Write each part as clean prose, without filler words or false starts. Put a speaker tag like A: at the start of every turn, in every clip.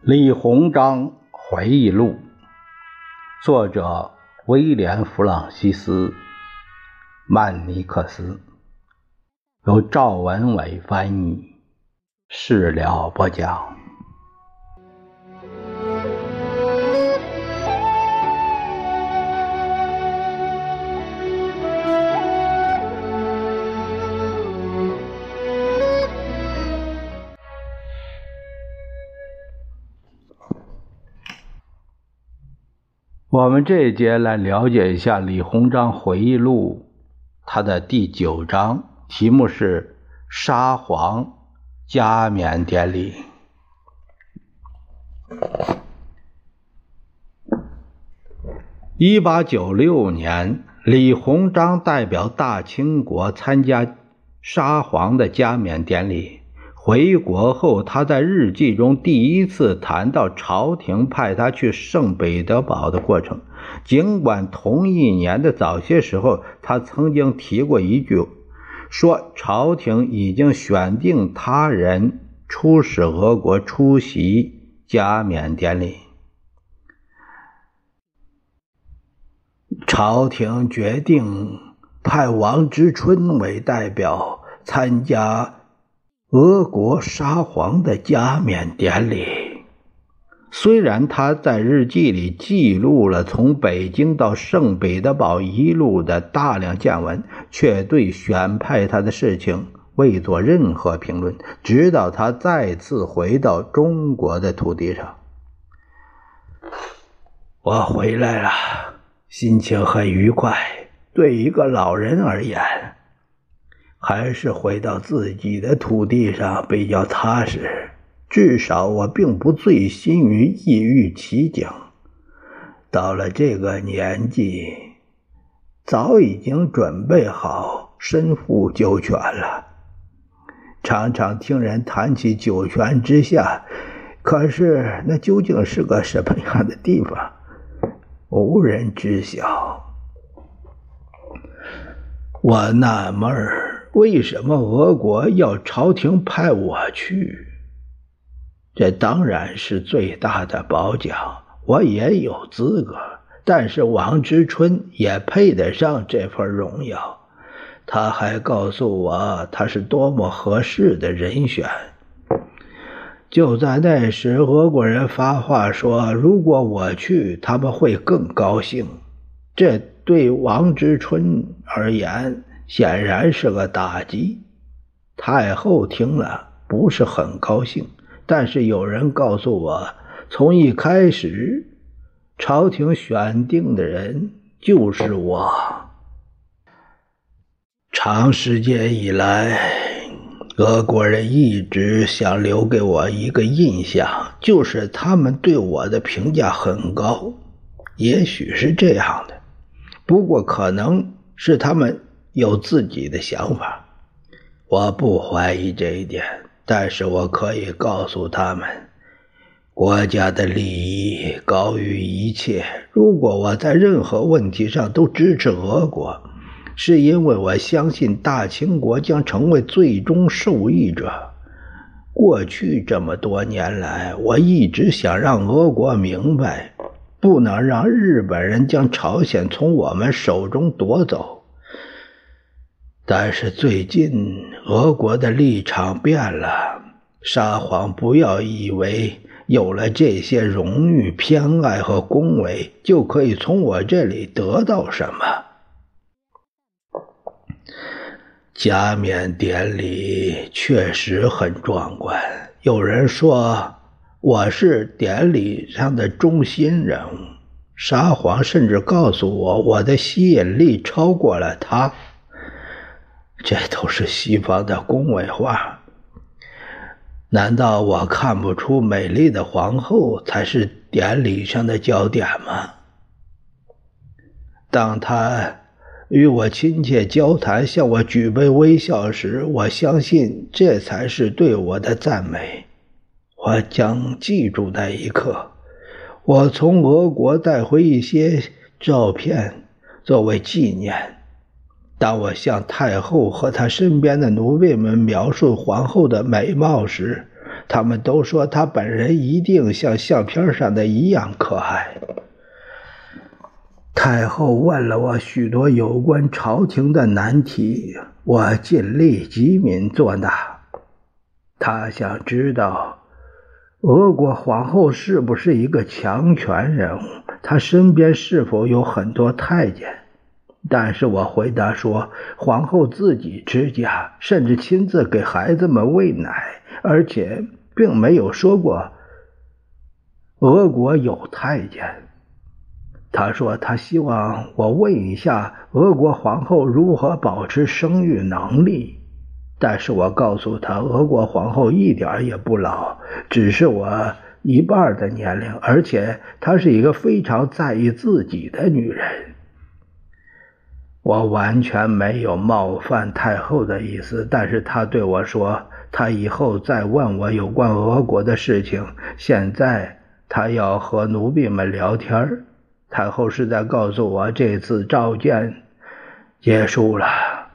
A: 李鸿章回忆录，作者威廉·弗朗西斯·曼尼克斯，由赵文伟翻译，事了播讲。我们这一节来了解一下李鸿章回忆录，它的第9章，题目是沙皇加冕典礼。1896年，李鸿章代表大清国参加沙皇的加冕典礼。回国后，他在日记中第一次谈到朝廷派他去圣彼得堡的过程。尽管同一年的早些时候，他曾经提过一句，说朝廷已经选定他人出使俄国出席加冕典礼。朝廷决定派王之春为代表参加俄国沙皇的加冕典礼。虽然他在日记里记录了从北京到圣彼得堡一路的大量见闻，却对选派他的事情未做任何评论，直到他再次回到中国的土地上。我回来了，心情很愉快，对一个老人而言，还是回到自己的土地上比较踏实，至少我并不醉心于异域奇景。到了这个年纪，早已经准备好身负九泉了。常常听人谈起九泉之下，可是那究竟是个什么样的地方，无人知晓。我纳闷为什么俄国要朝廷派我去？这当然是最大的褒奖，我也有资格，但是王之春也配得上这份荣耀。他还告诉我他是多么合适的人选。就在那时，俄国人发话说，如果我去，他们会更高兴。这对王之春而言显然是个打击。太后听了不是很高兴，但是有人告诉我，从一开始朝廷选定的人就是我。长时间以来，俄国人一直想留给我一个印象，就是他们对我的评价很高。也许是这样的，不过可能是他们有自己的想法，我不怀疑这一点。但是我可以告诉他们，国家的利益高于一切。如果我在任何问题上都支持俄国，是因为我相信大清国将成为最终受益者。过去这么多年来，我一直想让俄国明白，不能让日本人将朝鲜从我们手中夺走。但是最近俄国的立场变了，沙皇不要以为有了这些荣誉、偏爱和恭维，就可以从我这里得到什么。加冕典礼确实很壮观，有人说我是典礼上的中心人物，沙皇甚至告诉我，我的吸引力超过了他。这都是西方的恭维话。难道我看不出美丽的皇后才是典礼上的焦点吗？当她与我亲切交谈，向我举杯微笑时，我相信这才是对我的赞美。我将记住那一刻。我从俄国带回一些照片作为纪念。当我向太后和她身边的奴婢们描述皇后的美貌时， 他们都说他本人一定像相片上的一样可爱。太后问了我许多有关朝廷的难题，我尽力机敏作答。她想知道俄国皇后是不是一个强权人物，她身边是否有很多太监。但是我回答说，皇后自己持家，甚至亲自给孩子们喂奶，而且并没有说过俄国有太监。他说他希望我问一下俄国皇后如何保持生育能力，但是我告诉他，俄国皇后一点也不老，只是我一半的年龄，而且她是一个非常在意自己的女人。我完全没有冒犯太后的意思，但是她对我说，她以后再问我有关俄国的事情，现在她要和奴婢们聊天。太后是在告诉我这次召见结束了。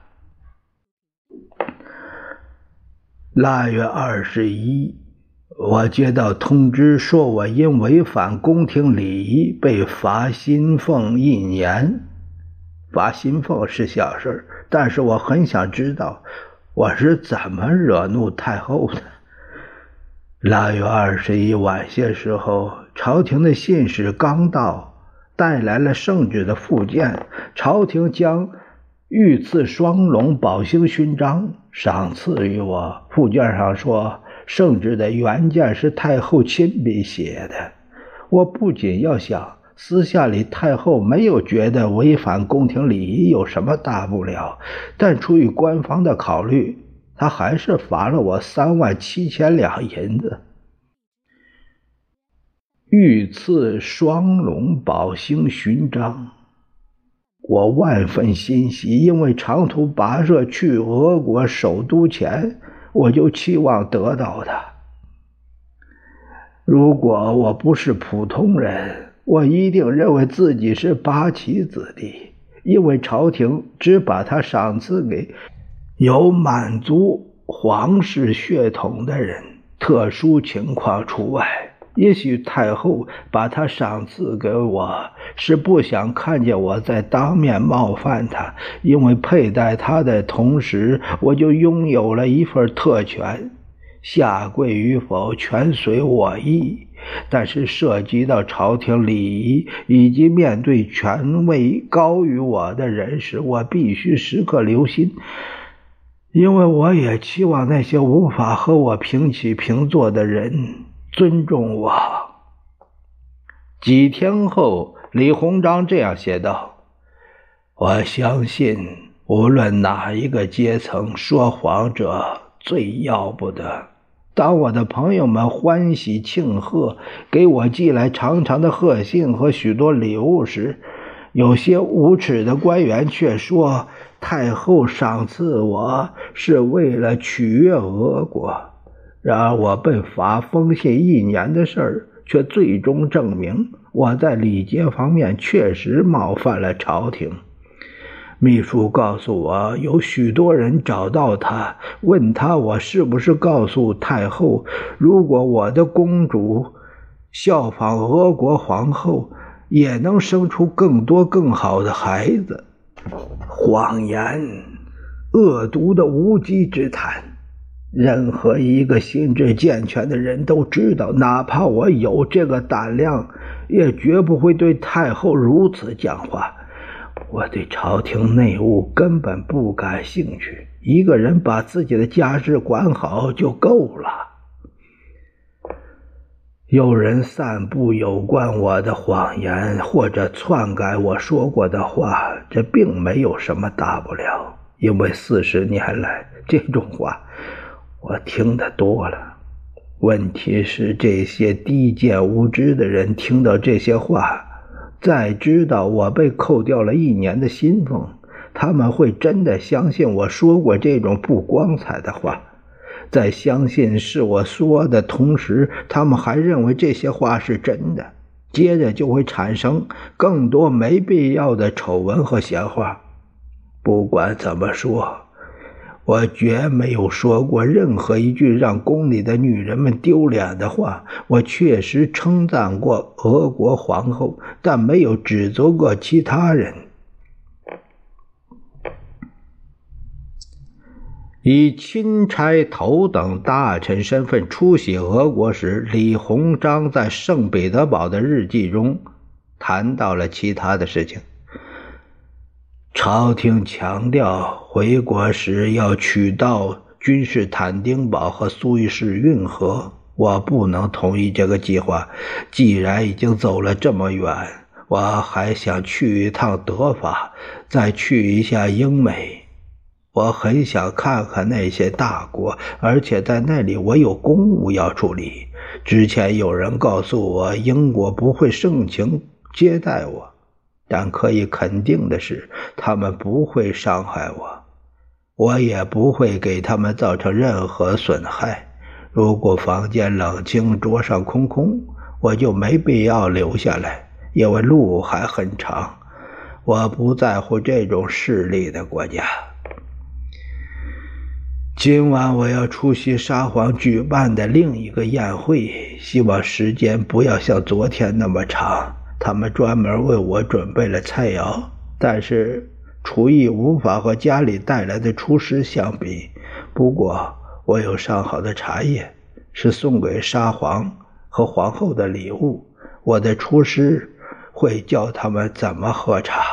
A: 腊月21，我接到通知说我因违反宫廷礼仪被罚薪俸1年。罚薪俸是小事，但是我很想知道我是怎么惹怒太后的。腊月21晚些时候，朝廷的信使刚到，带来了圣旨的附件，朝廷将御赐双龙宝星勋章赏赐于我。附件上说，圣旨的原件是太后亲笔写的。我不仅要想私下里太后没有觉得违反宫廷礼仪有什么大不了，但出于官方的考虑，她还是罚了我37000两银子。御赐双龙宝星勋章，我万分欣喜，因为长途跋涉去俄国首都前，我就期望得到它。如果我不是普通人，我一定认为自己是八旗子弟，因为朝廷只把它赏赐给有满族皇室血统的人，特殊情况除外。也许太后把它赏赐给我，是不想看见我再当面冒犯她，因为佩戴它的同时，我就拥有了一份特权，下跪与否全随我意。但是涉及到朝廷礼仪以及面对权位高于我的人时，我必须时刻留心，因为我也期望那些无法和我平起平坐的人尊重我。几天后，李鸿章这样写道，我相信无论哪一个阶层，说谎者最要不得。当我的朋友们欢喜庆贺，给我寄来长长的贺信和许多礼物时，有些无耻的官员却说太后赏赐我是为了取悦俄国。然而我被罚封信1年的事儿，却最终证明我在礼节方面确实冒犯了朝廷。秘书告诉我，有许多人找到他，问他我是不是告诉太后，如果我的公主效仿俄国皇后，也能生出更多更好的孩子。谎言，恶毒的无稽之谈。任何一个心智健全的人都知道，哪怕我有这个胆量，也绝不会对太后如此讲话。我对朝廷内务根本不感兴趣，一个人把自己的家事管好就够了。有人散布有关我的谎言，或者篡改我说过的话，这并没有什么大不了，因为40年来这种话我听得多了。问题是，这些低贱无知的人听到这些话，再知道我被扣掉了1年的薪俸，他们会真的相信我说过这种不光彩的话。在相信是我说的同时，他们还认为这些话是真的，接着就会产生更多没必要的丑闻和闲话。不管怎么说， 我绝没有说过任何一句让宫里的女人们丢脸的话。我确实称赞过俄国皇后，但没有指责过其他人。以钦差头等大臣身份出席俄国时，李鸿章在圣彼得堡的日记中谈到了其他的事情。朝廷强调回国时要取道君士坦丁堡和苏伊士运河，我不能同意这个计划。既然已经走了这么远，我还想去一趟德法，再去一下英美。我很想看看那些大国，而且在那里我有公务要处理。之前有人告诉我英国不会盛情接待我，但可以肯定的是，他们不会伤害我，我也不会给他们造成任何损害。如果房间冷清，桌上空空，我就没必要留下来，因为路还很长。我不在乎这种势利的国家。今晚我要出席沙皇举办的另一个宴会，希望时间不要像昨天那么长。他们专门为我准备了菜肴，但是厨艺无法和家里带来的厨师相比。不过我有上好的茶叶，是送给沙皇和皇后的礼物。我的厨师会教他们怎么喝茶。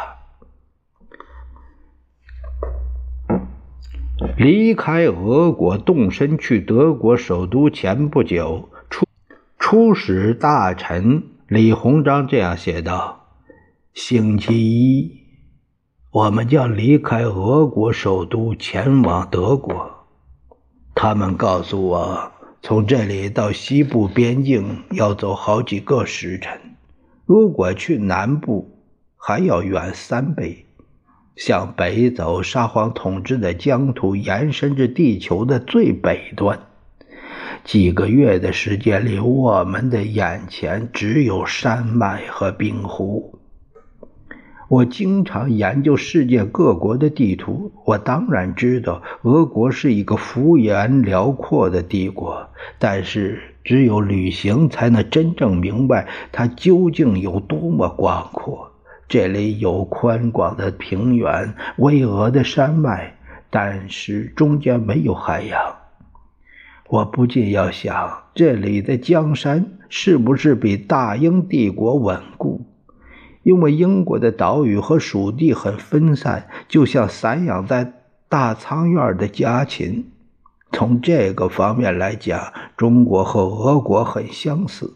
A: 离开俄国动身去德国首都前不久，出使大臣李鸿章这样写道：星期一，我们将离开俄国首都前往德国。他们告诉我，从这里到西部边境要走好几个时辰，如果去南部还要远3倍。向北走，沙皇统治的疆土延伸至地球的最北端。几个月的时间里，我们的眼前只有山脉和冰湖。我经常研究世界各国的地图，我当然知道俄国是一个幅员辽阔的帝国，但是只有旅行才能真正明白它究竟有多么广阔。这里有宽广的平原，巍峨的山脉，但是中间没有海洋。我不禁要想，这里的江山是不是比大英帝国稳固？因为英国的岛屿和属地很分散，就像散养在大仓院的家禽。从这个方面来讲，中国和俄国很相似。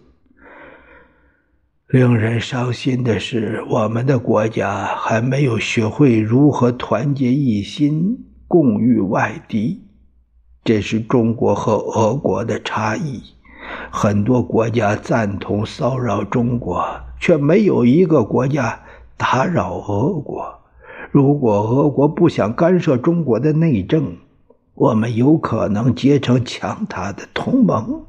A: 令人伤心的是，我们的国家还没有学会如何团结一心，共御外敌。这是中国和俄国的差异。很多国家赞同骚扰中国，却没有一个国家打扰俄国。如果俄国不想干涉中国的内政，我们有可能结成强大的同盟。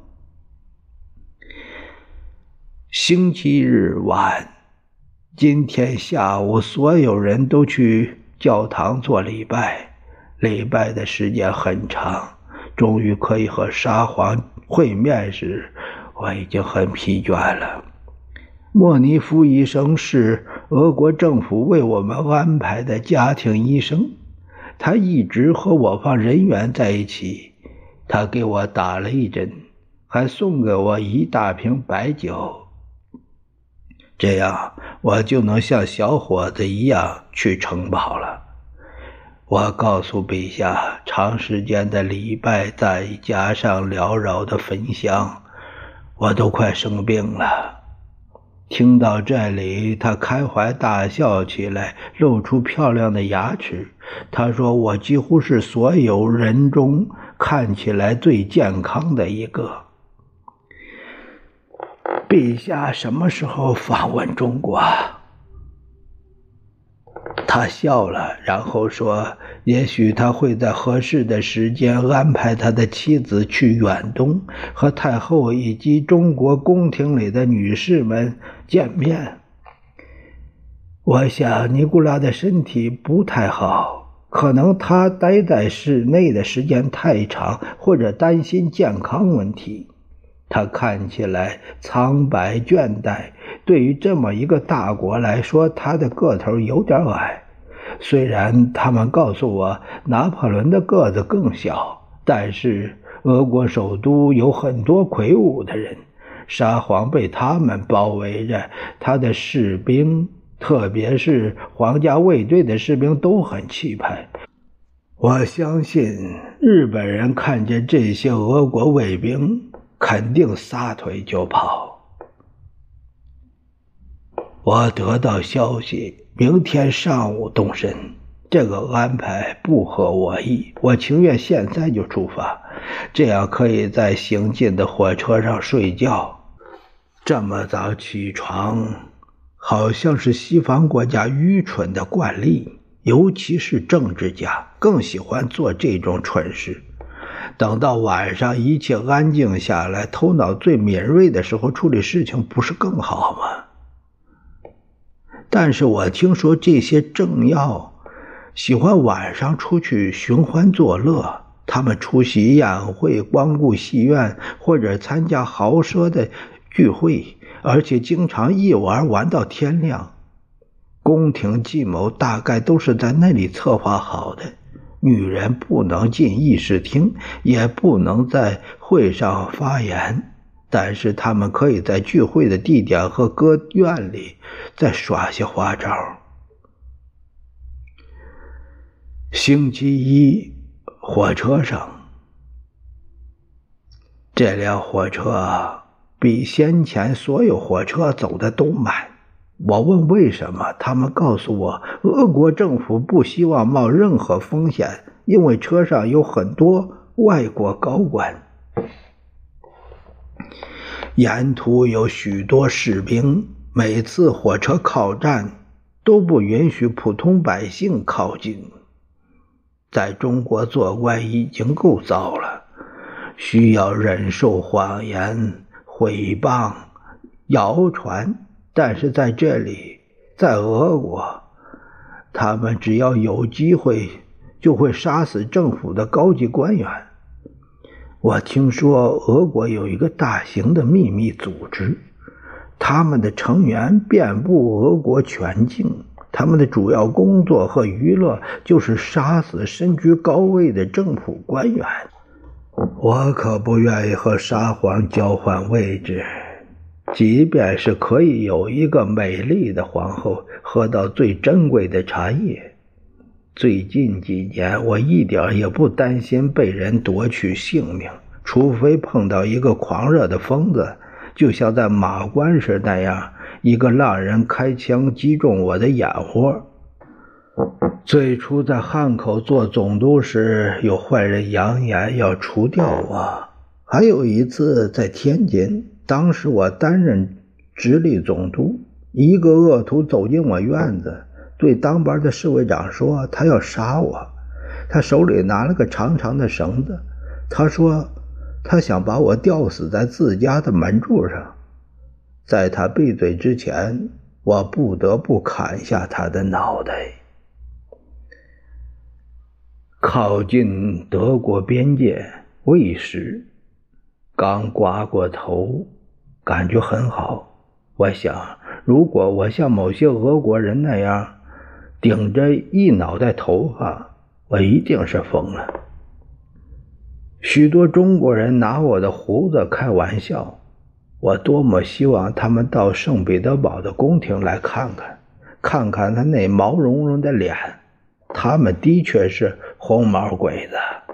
A: 星期日晚，今天下午所有人都去教堂做礼拜，礼拜的时间很长，终于可以和沙皇会面时，我已经很疲倦了。莫尼夫医生是俄国政府为我们安排的家庭医生，他一直和我方人员在一起，他给我打了一针，还送给我一大瓶白酒。这样我就能像小伙子一样去城堡了。我告诉陛下，长时间的礼拜再加上缭绕的焚香，我都快生病了。听到这里，他开怀大笑起来，露出漂亮的牙齿。他说我几乎是所有人中看起来最健康的一个。陛下什么时候访问中国？他笑了，然后说，也许他会在合适的时间安排他的妻子去远东，和太后以及中国宫廷里的女士们见面。我想尼古拉的身体不太好， 可能他待在室内的时间太长，或者担心健康问题。他看起来苍白倦怠，对于这么一个大国来说，他的个头有点矮。虽然他们告诉我拿破仑的个子更小，但是俄国首都有很多魁梧的人，沙皇被他们包围着，他的士兵，特别是皇家卫队的士兵都很气派。我相信日本人看见这些俄国卫兵肯定撒腿就跑。我得到消息，明天上午动身。这个安排不合我意，我情愿现在就出发，这样可以在行进的火车上睡觉。这么早起床，好像是西方国家愚蠢的惯例，尤其是政治家更喜欢做这种蠢事。等到晚上一切安静下来，头脑最敏锐的时候处理事情，不是更好吗？但是我听说这些政要喜欢晚上出去寻欢作乐，他们出席宴会，光顾戏院，或者参加豪奢的聚会，而且经常一玩到天亮。宫廷计谋大概都是在那里策划好的。女人不能进议事厅，也不能在会上发言，但是他们可以在聚会的地点和歌院里再耍些花招。星期一，火车上，这辆火车比先前所有火车走的都慢。我问为什么，他们告诉我，俄国政府不希望冒任何风险，因为车上有很多外国高官。沿途有许多士兵，每次火车靠站都不允许普通百姓靠近。在中国做官已经够糟了，需要忍受谎言、诽谤、谣传，但是在这里，在俄国，他们只要有机会就会杀死政府的高级官员。我听说俄国有一个大型的秘密组织，他们的成员遍布俄国全境，他们的主要工作和娱乐就是杀死身居高位的政府官员。我可不愿意和沙皇交换位置，即便是可以有一个美丽的皇后喝到最珍贵的茶叶。最近几年我一点也不担心被人夺取性命，除非碰到一个狂热的疯子，就像在马关时那样，一个浪人开枪击中我的眼窝。最初在汉口做总督时，有坏人扬言要除掉我。还有一次在天津，当时我担任直隶总督，一个恶徒走进我院子，对当班的侍卫长说他要杀我。他手里拿了个长长的绳子，他说他想把我吊死在自家的门柱上。在他闭嘴之前，我不得不砍下他的脑袋。靠近德国边界卫士，刚刮过头，感觉很好。我想，如果我像某些俄国人那样顶着一脑袋头发，我一定是疯了。许多中国人拿我的胡子开玩笑，我多么希望他们到圣彼得堡的宫廷来看看，看看他那毛茸茸的脸，他们的确是红毛鬼子。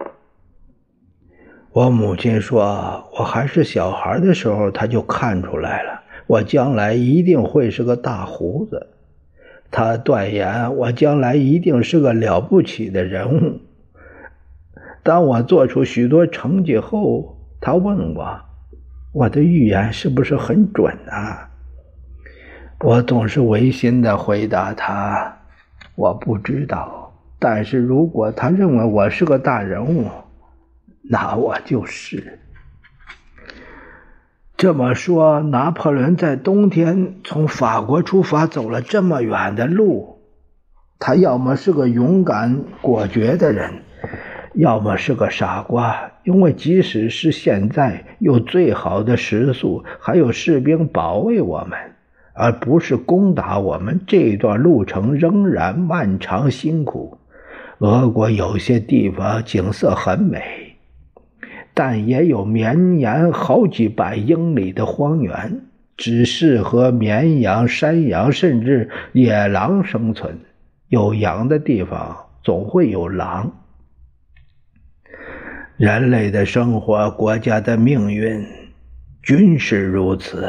A: 我母亲说，我还是小孩的时候，她就看出来了，我将来一定会是个大胡子。她断言我将来一定是个了不起的人物。当我做出许多成绩后，她问我的预言是不是很准啊？我总是违心地回答她，我不知道，但是如果她认为我是个大人物，那我就是。这么说，拿破仑在冬天从法国出发走了这么远的路， 他要么是个勇敢果决的人，要么是个傻瓜，因为即使是现在有最好的食宿，还有士兵保卫我们，而不是攻打我们，这段路程仍然漫长辛苦。俄国有些地方景色很美，但也有绵延好几百英里的荒原，只适合绵羊、山羊甚至野狼生存。有羊的地方总会有狼。人类的生活，国家的命运均是如此。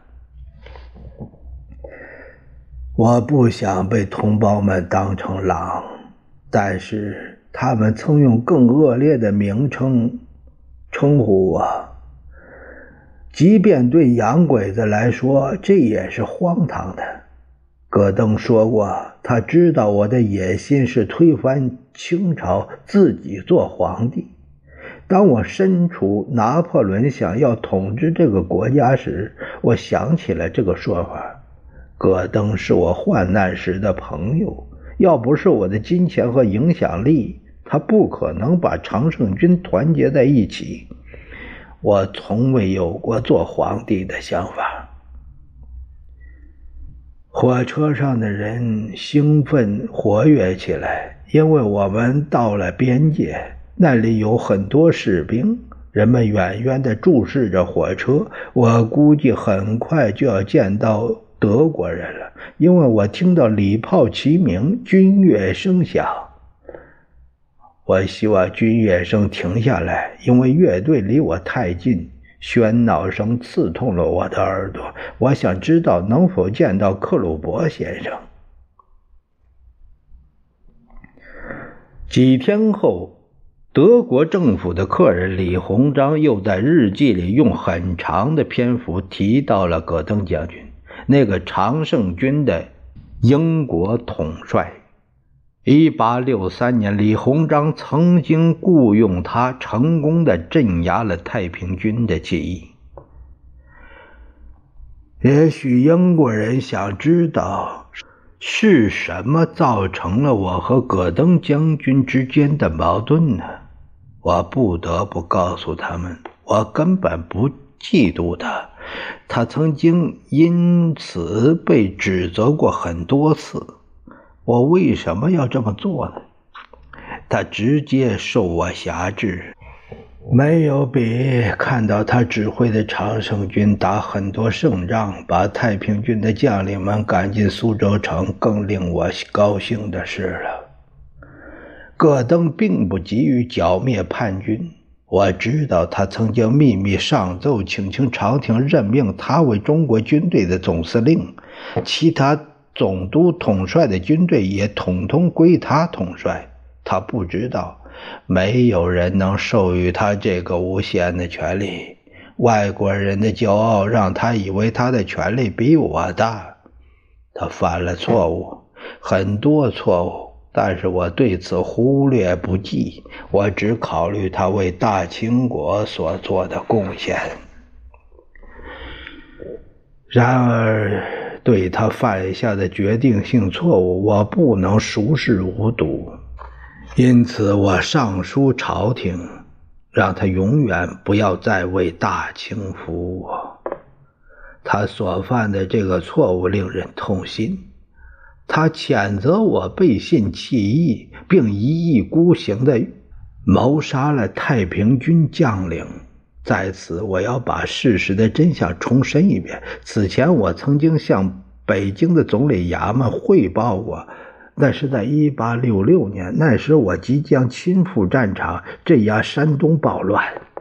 A: 我不想被同胞们当成狼，但是他们曾用更恶劣的名称称呼我。即便对洋鬼子来说，这也是荒唐的。戈登说过，他知道我的野心是推翻清朝，自己做皇帝。当我身处拿破仑想要统治这个国家时，我想起了这个说法。戈登是我患难时的朋友，要不是我的金钱和影响力，他不可能把常胜军团结在一起。我从未有过做皇帝的想法。火车上的人兴奋活跃起来，因为我们到了边界，那里有很多士兵，人们远远地注视着火车。我估计很快就要见到德国人了，因为我听到礼炮齐鸣，军乐声响。我希望军乐声停下来，因为乐队离我太近，喧闹声刺痛了我的耳朵。我想知道能否见到克鲁伯先生。几天后，德国政府的客人李鸿章又在日记里用很长的篇幅提到了戈登将军，那个常胜军的英国统帅。1863年，李鸿章曾经雇佣他，成功地镇压了太平军的起义。也许英国人想知道是什么造成了我和戈登将军之间的矛盾呢？我不得不告诉他们，我根本不嫉妒他，他曾经因此被指责过很多次。我为什么要这么做呢？他直接受我辖制，没有比看到他指挥的常胜军打很多胜仗，把太平军的将领们赶进苏州城更令我高兴的事了。戈登并不急于剿灭叛军，我知道他曾经秘密上奏请求朝廷任命他为中国军队的总司令，其他总督统帅的军队也统统归他统帅。他不知道，没有人能授予他这个无限的权利。外国人的骄傲让他以为他的权力比我大。他犯了错误，很多错误，但是我对此忽略不计。我只考虑他为大清国所做的贡献。然而对他犯下的决定性错误，我不能熟视无睹，因此我上书朝廷，让他永远不要再为大清服务。他所犯的这个错误令人痛心，他谴责我背信弃义，并一意孤行地谋杀了太平军将领。在此我要把事实的真相重申一遍。此前我曾经向北京的总理衙门汇报过，那是在1866年，那时我即将亲赴战场镇压山东暴乱。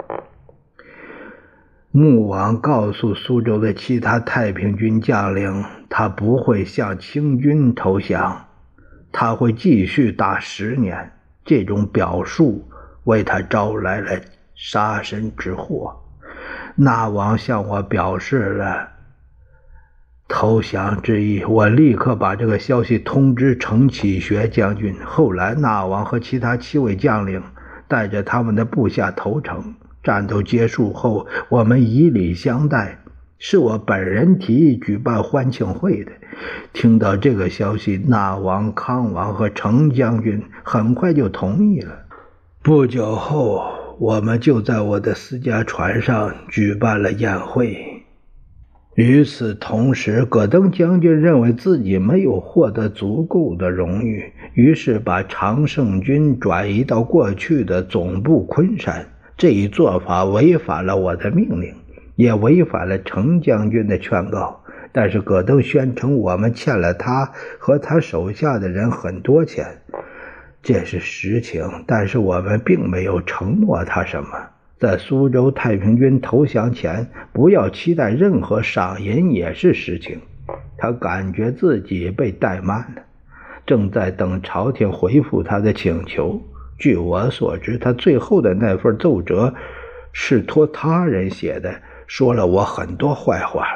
A: 穆王告诉苏州的其他太平军将领，他不会向清军投降，他会继续打10年。这种表述为他招来了杀身之祸。纳王向我表示了投降之意，我立刻把这个消息通知程启学将军。后来纳王和其他7位将领带着他们的部下投诚。战斗结束后，我们以礼相待。 是我本人提议举办欢庆会的。听到这个消息，纳王、康王和程将军很快就同意了。不久后，我们就在我的私家船上举办了宴会。与此同时，葛登将军认为自己没有获得足够的荣誉，于是把常胜军转移到过去的总部昆山。这一做法违反了我的命令，也违反了程将军的劝告。但是葛登宣称我们欠了他和他手下的人很多钱，这是实情，但是我们并没有承诺他什么。在苏州太平军投降前，不要期待任何赏银也是实情。他感觉自己被怠慢了，正在等朝廷回复他的请求。据我所知，他最后的那份奏折是托他人写的，说了我很多坏话。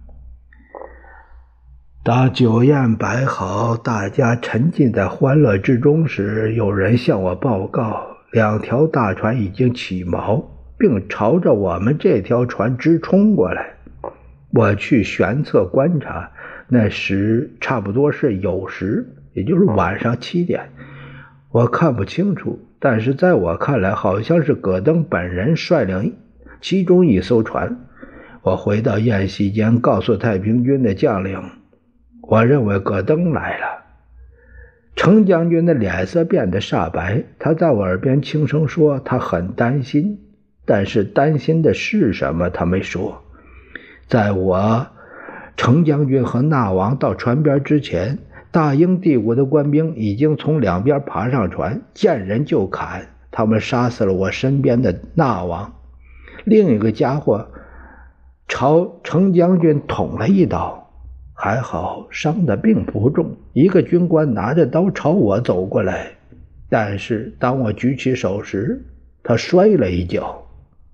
A: 当酒宴摆好，大家沉浸在欢乐之中时，有人向我报告，2条大船已经起锚，并朝着我们这条船直冲过来。我去舷侧观察，那时差不多是酉时，也就是晚上7点。我看不清楚，但是在我看来，好像是葛登本人率领其中一艘船。我回到宴席间，告诉太平军的将领，我认为葛登来了。程将军的脸色变得煞白，他在我耳边轻声说他很担心，但是担心的是什么他没说。在我、程将军和纳王到船边之前，大英帝国的官兵已经从2边爬上船，见人就砍。他们杀死了我身边的纳王，另一个家伙朝程将军捅了一刀，还好伤得并不重。一个军官拿着刀朝我走过来，但是当我举起手时，他摔了一跤。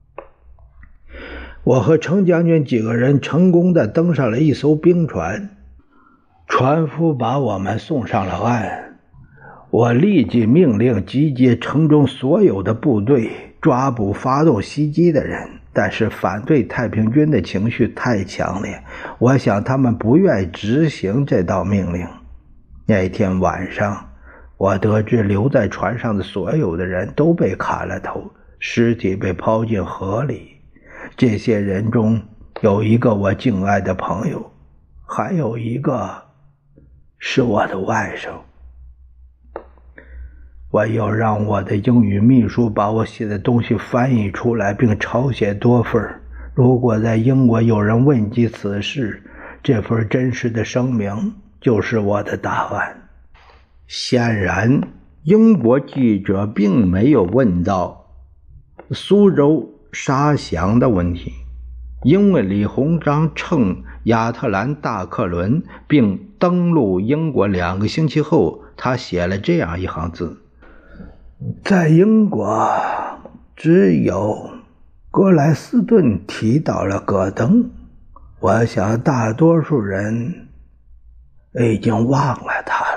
A: 我和程将军几个人成功地登上了一艘兵船，船夫把我们送上了岸。我立即命令集结城中所有的部队，抓捕发动袭击的人，但是反对太平军的情绪太强烈，我想他们不愿意执行这道命令。那天晚上，我得知留在船上的所有的人都被砍了头，尸体被抛进河里。这些人中有一个我敬爱的朋友，还有一个是我的外甥。我又让我的英语秘书把我写的东西翻译出来，并抄写多份。如果在英国有人问及此事，这份真实的声明就是我的答案。显然，英国记者并没有问到苏州杀降的问题，因为李鸿章乘亚特兰大客轮并登陆英国2个星期后，他写了这样一行字：在英国，只有格莱斯顿提到了葛登，我想大多数人已经忘了他了。